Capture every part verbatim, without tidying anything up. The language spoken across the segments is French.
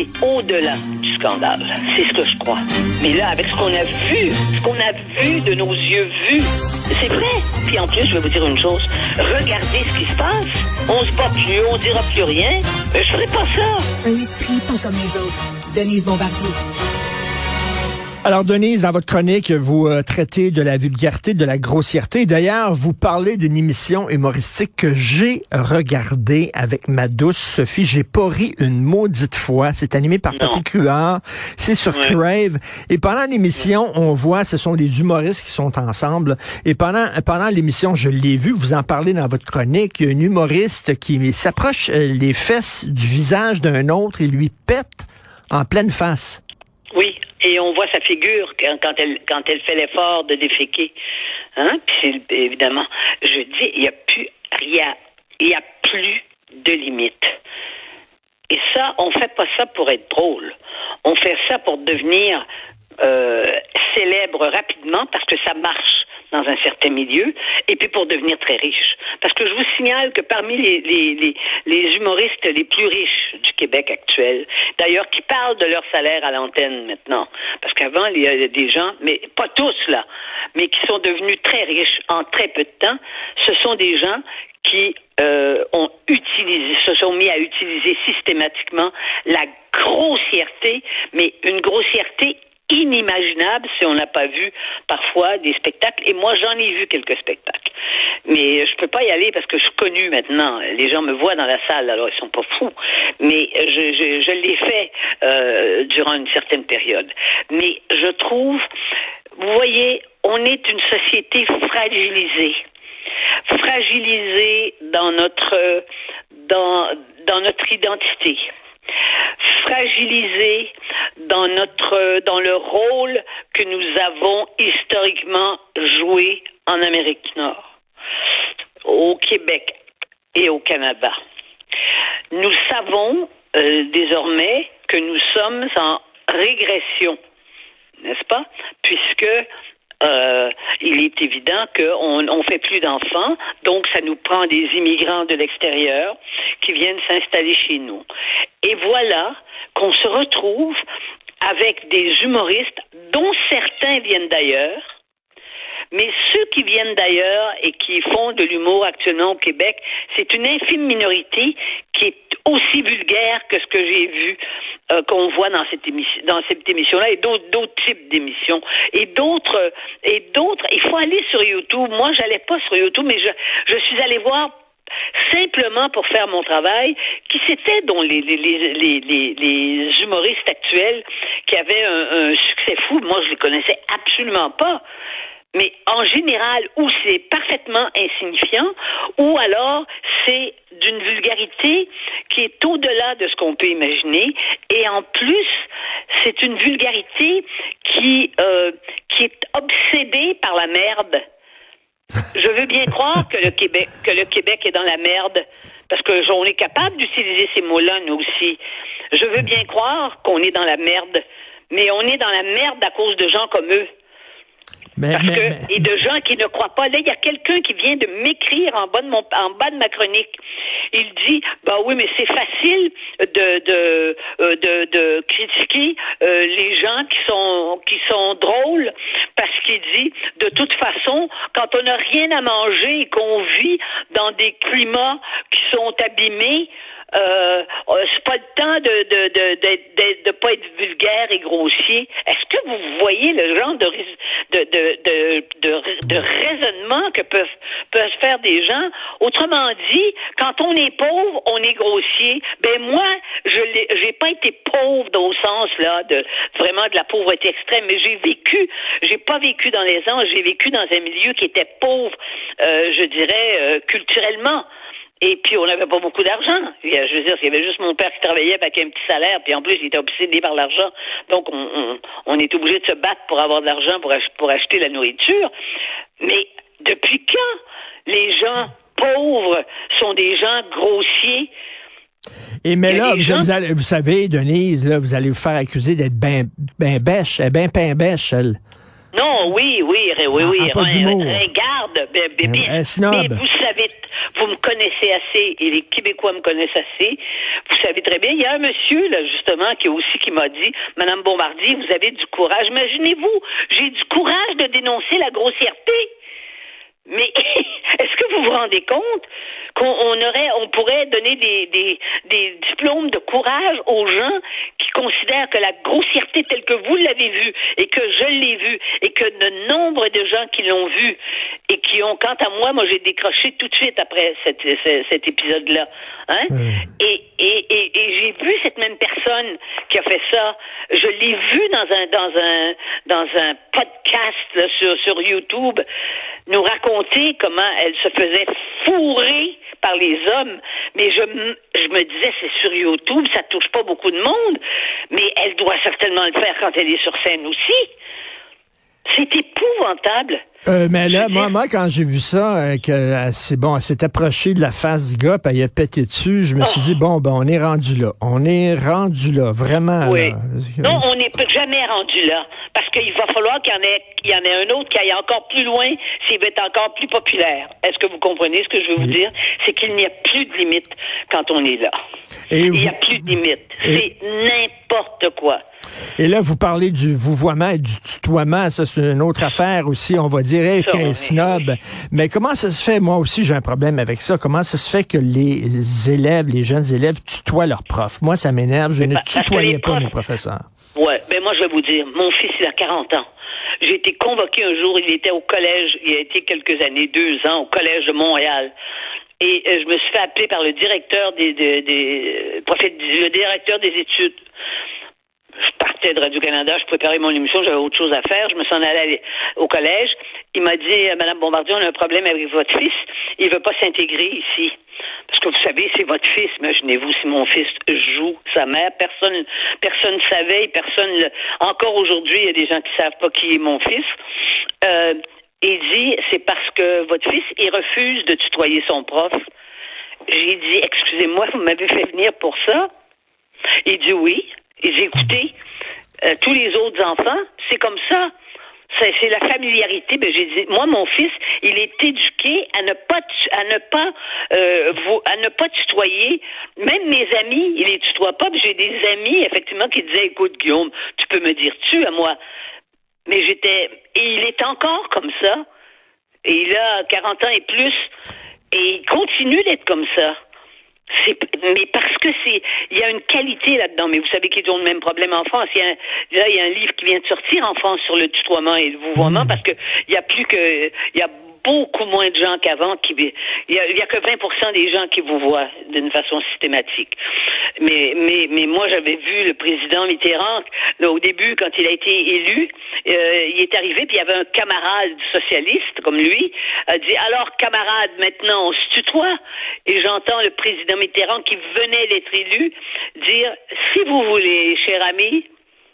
aller au-delà du scandale. C'est ce que je crois. Mais là, avec ce qu'on a vu, ce qu'on a vu de nos yeux vus, c'est vrai. Puis en plus, je vais vous dire une chose. Regardez ce qui se passe. On se bat plus, on dira plus rien. Mais je ferai pas ça. Un esprit pas comme les autres. Denise Bombardier. Alors, Denise, dans votre chronique, vous euh, traitez de la vulgarité, de la grossièreté. D'ailleurs, vous parlez d'une émission humoristique que j'ai regardée avec ma douce Sophie. J'ai pas ri une maudite fois. C'est animé par Patrick Huard. C'est sur ouais. Crave. Et pendant l'émission, on voit, ce sont des humoristes qui sont ensemble. Et pendant pendant l'émission, je l'ai vu, vous en parlez dans votre chronique, il y a une humoriste qui s'approche les fesses du visage d'un autre et lui pète en pleine face. Oui. Et on voit sa figure quand, quand elle quand elle fait l'effort de déféquer. Hein? Puis évidemment, je dis, il n'y a plus rien, il n'y a plus de limite. Et ça, on fait pas ça pour être drôle. On fait ça pour devenir euh, célèbre rapidement parce que ça marche dans un certain milieu, et puis pour devenir très riche. Parce que je vous signale que parmi les, les, les, les humoristes les plus riches du Québec actuel, d'ailleurs qui parlent de leur salaire à l'antenne maintenant, parce qu'avant il y a des gens, mais pas tous là, mais qui sont devenus très riches en très peu de temps, ce sont des gens qui euh, ont utilisé, se sont mis à utiliser systématiquement la grossièreté, mais une grossièreté inimaginable si on n'a pas vu parfois des spectacles. Et moi, j'en ai vu quelques spectacles. Mais je peux pas y aller parce que je suis connu maintenant. Les gens me voient dans la salle, alors ils sont pas fous. Mais je, je, je l'ai fait euh, durant une certaine période. Mais je trouve, vous voyez, on est une société fragilisée. Fragilisée dans notre, dans, dans notre identité. Fragilisé dans notre dans le rôle que nous avons historiquement joué en Amérique du Nord, au Québec et au Canada. Nous savons euh, désormais que nous sommes en régression, n'est-ce pas? Puisque Euh, il est évident qu'on on fait plus d'enfants, donc ça nous prend des immigrants de l'extérieur qui viennent s'installer chez nous. Et voilà qu'on se retrouve avec des humoristes dont certains viennent d'ailleurs, mais ceux qui viennent d'ailleurs et qui font de l'humour actuellement au Québec, c'est une infime minorité qui est aussi vulgaire que ce que j'ai vu, euh, qu'on voit dans cette émission, dans cette émission-là, et d'autres, d'autres types d'émissions, et d'autres, et d'autres. Il faut aller sur YouTube. Moi, j'allais pas sur YouTube, mais je, je suis allée voir simplement pour faire mon travail, qui c'était dont les, les, les, les, les, les humoristes actuels qui avaient un, un succès fou. Moi, je les connaissais absolument pas. Mais en général, ou c'est parfaitement insignifiant, ou alors c'est d'une vulgarité qui est au-delà de ce qu'on peut imaginer, et en plus, c'est une vulgarité qui euh, qui est obsédée par la merde. Je veux bien croire que le Québec que le Québec est dans la merde, parce que on est capable d'utiliser ces mots-là, nous aussi. Je veux bien croire qu'on est dans la merde, mais on est dans la merde à cause de gens comme eux. Mais, Parce mais, que, mais... et de gens qui ne croient pas. Là, il y a quelqu'un qui vient de m'écrire en bas de mon, en bas de ma chronique. Il dit, bah oui, mais c'est facile de, de, euh, de, de critiquer euh, les gens qui sont, qui sont drôles, parce qu'il dit, de toute façon, quand on n'a rien à manger et qu'on vit dans des climats qui sont abîmés, Euh, c'est pas le temps de de de de de, de pas être vulgaire et grossier. Est-ce que vous voyez le genre de de de de de, de raisonnement que peuvent peuvent faire des gens? Autrement dit, quand on est pauvre, on est grossier. Ben moi, je l'ai, j'ai pas été pauvre au sens là de vraiment de la pauvreté extrême, mais j'ai vécu, j'ai pas vécu dans les anges, j'ai vécu dans un milieu qui était pauvre, euh, je dirais euh, culturellement. Et puis, on n'avait pas beaucoup d'argent. Je veux dire, il y avait juste mon père qui travaillait avec un petit salaire, puis en plus, il était obsédé par l'argent. Donc, on, on, on est obligé de se battre pour avoir de l'argent pour, ach- pour acheter la nourriture. Mais depuis quand les gens pauvres sont des gens grossiers? Et mais là, vous, gens... vous, allez, vous savez, Denise, là, vous allez vous faire accuser d'être ben, ben bêche, ben pain bêche, elle. Non, oui, oui, oui, oui, ah, pas d'humour. regarde, bien, un, un snob. Mais vous savez, vous vous me connaissez assez et les Québécois me connaissent assez. Vous savez très bien, il y a un monsieur, là, justement, qui aussi qui m'a dit, Madame Bombardier, vous avez du courage. Imaginez-vous, j'ai du courage de dénoncer la grossièreté. Mais est-ce que vous vous rendez compte qu'on on aurait, on pourrait donner des, des, des diplômes de courage aux gens qui considèrent que la grossièreté telle que vous l'avez vue et que je l'ai vue et que de nombre de gens qui l'ont vue et qui ont, quant à moi, moi j'ai décroché tout de suite après cet, cet, cet épisode-là. Hein? Mmh. Et, et, et, et j'ai vu cette même personne qui a fait ça. Je l'ai vue dans un dans un dans un podcast là, sur sur YouTube nous raconter comment elle se faisait fourrer par les hommes. Mais je, je me disais, c'est sur YouTube, ça touche pas beaucoup de monde, mais elle doit certainement le faire quand elle est sur scène aussi. C'est épouvantable. Euh, mais là, moi, moi, quand j'ai vu ça, euh, que c'est bon, elle s'est approchée de la face du gars, puis elle a pété dessus, je me oh. suis dit, bon, ben, on est rendu là. On est rendu là, vraiment. Oui. Là. Non, on n'est jamais rendu là. Parce qu'il va falloir qu'il y en ait, il y en ait un autre qui aille encore plus loin s'il veut être encore plus populaire. Est-ce que vous comprenez ce que je veux oui. vous dire? C'est qu'il n'y a plus de limite quand on est là. Et il n'y a plus de limite. Et... c'est n'importe quoi. Et là, vous parlez du vouvoiement et du tutoiement. Ça, c'est une autre affaire aussi. On va dire, hey, qu'un snob. Mais comment ça se fait? Moi aussi, j'ai un problème avec ça. Comment ça se fait que les élèves, les jeunes élèves, tutoient leurs profs? Moi, ça m'énerve. Je ne tutoyais pas mes professeurs. Ouais, ben moi, je vais vous dire, mon fils, il a quarante ans. J'ai été convoqué un jour, il était au collège, il a été quelques années, deux ans, au collège de Montréal. Et euh, je me suis fait appeler par le directeur des, des, des, le directeur des études. Je partais de Radio-Canada, je préparais mon émission, j'avais autre chose à faire, je me suis en allé au collège. Il m'a dit, Madame Bombardier, on a un problème avec votre fils, il veut pas s'intégrer ici. Parce que vous savez, c'est votre fils, imaginez-vous, si mon fils joue sa mère, personne personne savait, personne, le... encore aujourd'hui, il y a des gens qui savent pas qui est mon fils. Euh, il dit, c'est parce que votre fils, il refuse de tutoyer son prof. J'ai dit, excusez-moi, vous m'avez fait venir pour ça? Il dit oui. Il dit, écoutez, euh, tous les autres enfants, c'est comme ça. C'est, c'est la familiarité. Ben j'ai dit, moi, mon fils, il est éduqué à ne pas, à ne pas, euh, vous, à ne pas tutoyer. Même mes amis, il les tutoie pas. Puis j'ai des amis, effectivement, qui disaient, écoute, Guillaume, tu peux me dire tu à moi. Mais j'étais, et il est encore comme ça. Et il a quarante ans et plus. Et il continue d'être comme ça. C'est, mais parce que c'est, il y a une qualité là-dedans. Mais vous savez qu'ils ont le même problème en France. Il y a un, là, il y a un livre qui vient de sortir en France sur le tutoiement et le vouvoiement, parce que il y a plus que, il y a beaucoup moins de gens qu'avant qui, il y a, il y a que vingt pour cent des gens qui vous voient d'une façon systématique. Mais, mais, mais moi, j'avais vu le président Mitterrand, là, au début, quand il a été élu, euh, il est arrivé, puis il y avait un camarade socialiste, comme lui, a dit, alors, camarade, maintenant, on se tutoie. Et j'entends le président Mitterrand, qui venait d'être élu, dire, si vous voulez, cher ami.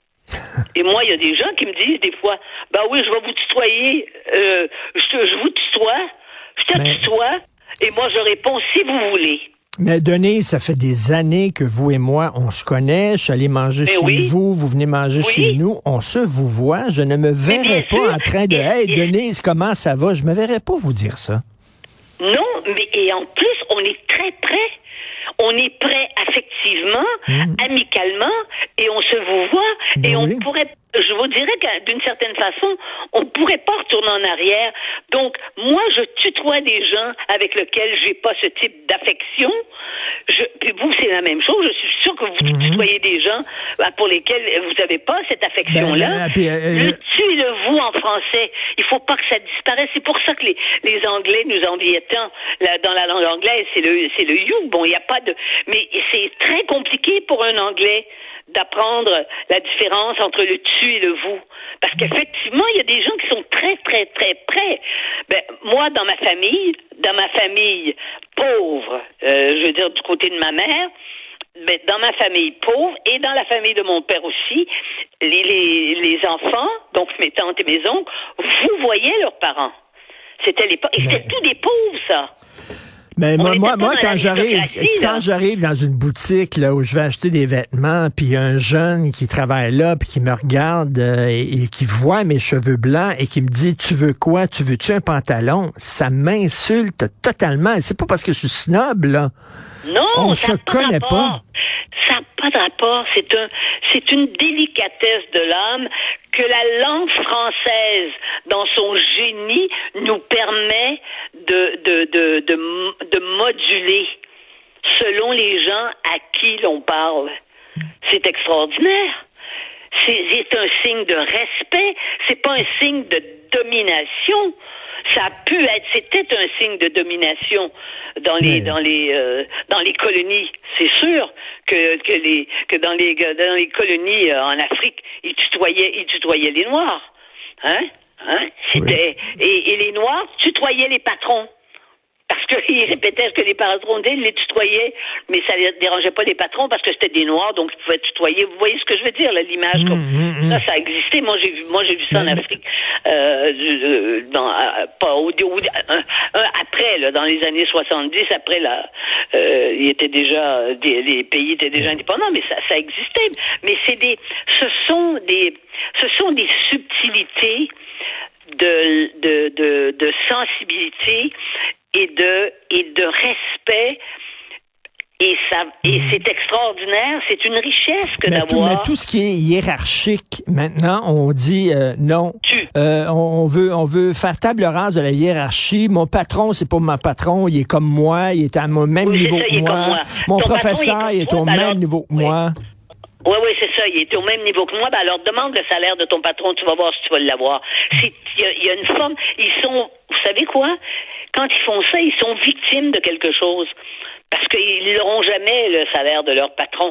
Et moi, il y a des gens qui me disent des fois, ben oui, je vais vous tutoyer, euh, je, te, je vous tutoie, je te Mais... tutoie, et moi je réponds si vous voulez. Mais Denise, ça fait des années que vous et moi, on se connaît, je suis allé manger Mais chez oui. vous, vous venez manger oui. chez nous, on se vous voit, je ne me verrais pas sûr. en train de, hey Denise, comment ça va? Je me verrais pas vous dire ça. Non, mais et en plus, on est très près. On est prêt affectivement, mmh. amicalement, et on se vous voit, ben et on oui. pourrait, je vous dirais que d'une certaine façon, on pourrait pas retourner en arrière. Donc, moi, je tutoie des gens avec lesquels j'ai pas ce type d'affection. Je, puis vous, c'est la même chose. Je suis sûre que vous mmh. tutoyez des gens pour lesquels vous n'avez pas cette affection-là. Ben, puis, euh, le tu et le vous en français, il faut pas que ça disparaisse. C'est pour ça que les, les Anglais nous enviaient tant. Là, dans la langue anglaise, c'est le, c'est le you. Bon, il n'y a pas de, mais c'est très compliqué pour un Anglais d'apprendre la différence entre le tu et le vous. Parce qu'effectivement, il y a des gens qui sont très, très, très près. Ben, moi, dans ma famille, dans ma famille pauvre, euh, je veux dire du côté de ma mère, ben, dans ma famille pauvre et dans la famille de mon père aussi, les, les, les enfants, donc mes tantes et mes oncles, vous voyez leurs parents. C'était les, et c'était tous des pauvres, ça. Mais On moi, était moi, pas moi, dans quand j'arrive, l'aristocratie, là. quand j'arrive dans une boutique là où je vais acheter des vêtements, puis il y a un jeune qui travaille là, puis qui me regarde euh, et, et qui voit mes cheveux blancs et qui me dit, tu veux quoi, tu veux-tu un pantalon, ça m'insulte totalement. C'est pas parce que je suis snob là. Non, on ça se n'a pas connaît de rapport. pas. Ça n'a pas de rapport. C'est un, c'est une délicatesse de l'âme que la langue française, dans son génie, nous permet de, de, de, de, de moduler selon les gens à qui l'on parle. C'est extraordinaire. C'est, c'est un signe de respect. C'est pas un signe de domination. Ça a pu être, c'était un signe de domination dans les, Mais... dans les, euh, dans les colonies. C'est sûr que, que les, que dans les, dans les colonies euh, en Afrique, ils tutoyaient, ils tutoyaient les Noirs. Hein? Hein? C'était, oui. et, et les Noirs tutoyaient les patrons. Parce qu'ils répétaient ce que les patrons disaient, ils les tutoyaient, mais ça ne dérangeait pas les patrons parce que c'était des Noirs, donc ils pouvaient tutoyer. Vous voyez ce que je veux dire, là, l'image mmh, comme mmh, ça, ça a existé. Moi, j'ai vu, moi, j'ai vu ça mmh. en Afrique, euh, dans, euh, pas au, au euh, après, là, dans les années soixante-dix, après la, euh, il était déjà, des, les pays étaient déjà indépendants, mais ça, ça existait. Mais c'est des, ce sont des, ce sont des subtilités de, de, de, de sensibilité et de et de respect, et ça et c'est extraordinaire, c'est une richesse que mais d'avoir. Tout, mais tout ce qui est hiérarchique maintenant, on dit euh, non. Euh, on veut on veut faire table rase de la hiérarchie. Mon patron, c'est pas mon patron, il est comme moi, il est à mon même oui, niveau ça, que moi. moi. Mon Ton professeur, patron, il est, il est au toi, même alors, niveau que oui. moi. Oui, oui, c'est ça. Il est au même niveau que moi. Ben alors, demande le salaire de ton patron. Tu vas voir si tu vas l'avoir. Il y, y a une forme. Ils sont. Vous savez quoi? Quand ils font ça, ils sont victimes de quelque chose. Parce qu'ils n'auront jamais le salaire de leur patron.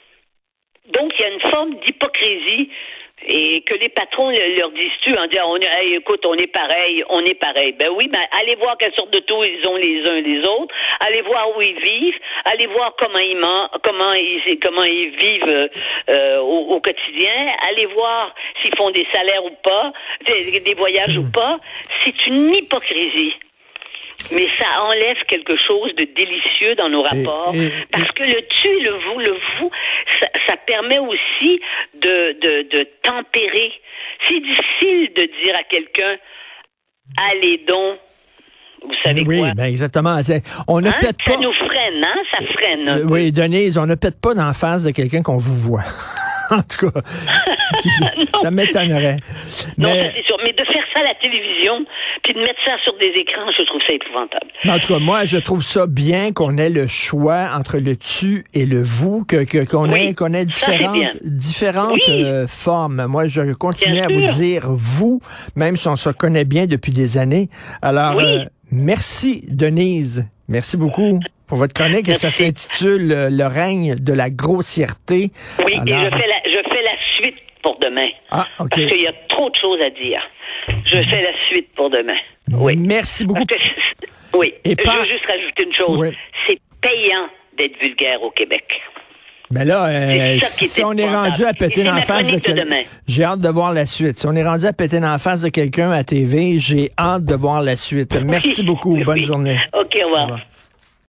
Donc, il y a une forme d'hypocrisie. Et que les patrons leur disent-tu en disant, on, hey, écoute, on est pareil, on est pareil. Ben oui, ben allez voir quelle sorte de taux ils ont les uns les autres, allez voir où ils vivent, allez voir comment ils mangent, comment ils comment ils vivent euh, au, au quotidien, allez voir s'ils font des salaires ou pas, des, des voyages mmh. ou pas. C'est une hypocrisie. Mais ça enlève quelque chose de délicieux dans nos rapports, et, et, parce que le tu et le vous, le vous, ça, ça permet aussi de, de, de tempérer. C'est difficile de dire à quelqu'un, allez donc, vous savez oui, quoi? Oui, ben exactement. On ne hein? pète pas. Ça nous freine, hein? Ça freine. Euh, oui, Denise, on ne pète pas dans la face de quelqu'un qu'on vous voit. En tout cas, ça m'étonnerait. Non, mais... ça c'est sûr. Mais de faire ça à la télévision, puis de mettre ça sur des écrans, je trouve ça épouvantable. En tout cas, moi, je trouve ça bien qu'on ait le choix entre le tu et le vous, que, que qu'on oui, ait qu'on ait différentes différentes oui. euh, formes. Moi, je continue bien à sûr. vous dire vous, même si on se connaît bien depuis des années. Alors, oui. euh, merci Denise, merci beaucoup pour votre chronique. Merci. Et ça s'intitule euh, Le règne de la grossièreté. Oui, Alors... et je fais la je fais la suite pour demain. Ah, ok. Parce qu'il y a trop de choses à dire. Je fais la suite pour demain. Oui. Merci beaucoup. Que, oui. Et je pas... veux juste rajouter une chose. Oui. C'est payant d'être vulgaire au Québec. Ben là, euh, si on est rendu à péter dans la face de quelqu'un, j'ai hâte de voir la suite. Si on est rendu à péter dans la face de quelqu'un à T V, j'ai hâte de voir la suite. Merci oui, beaucoup. Bonne oui. journée. OK, au revoir. Au revoir.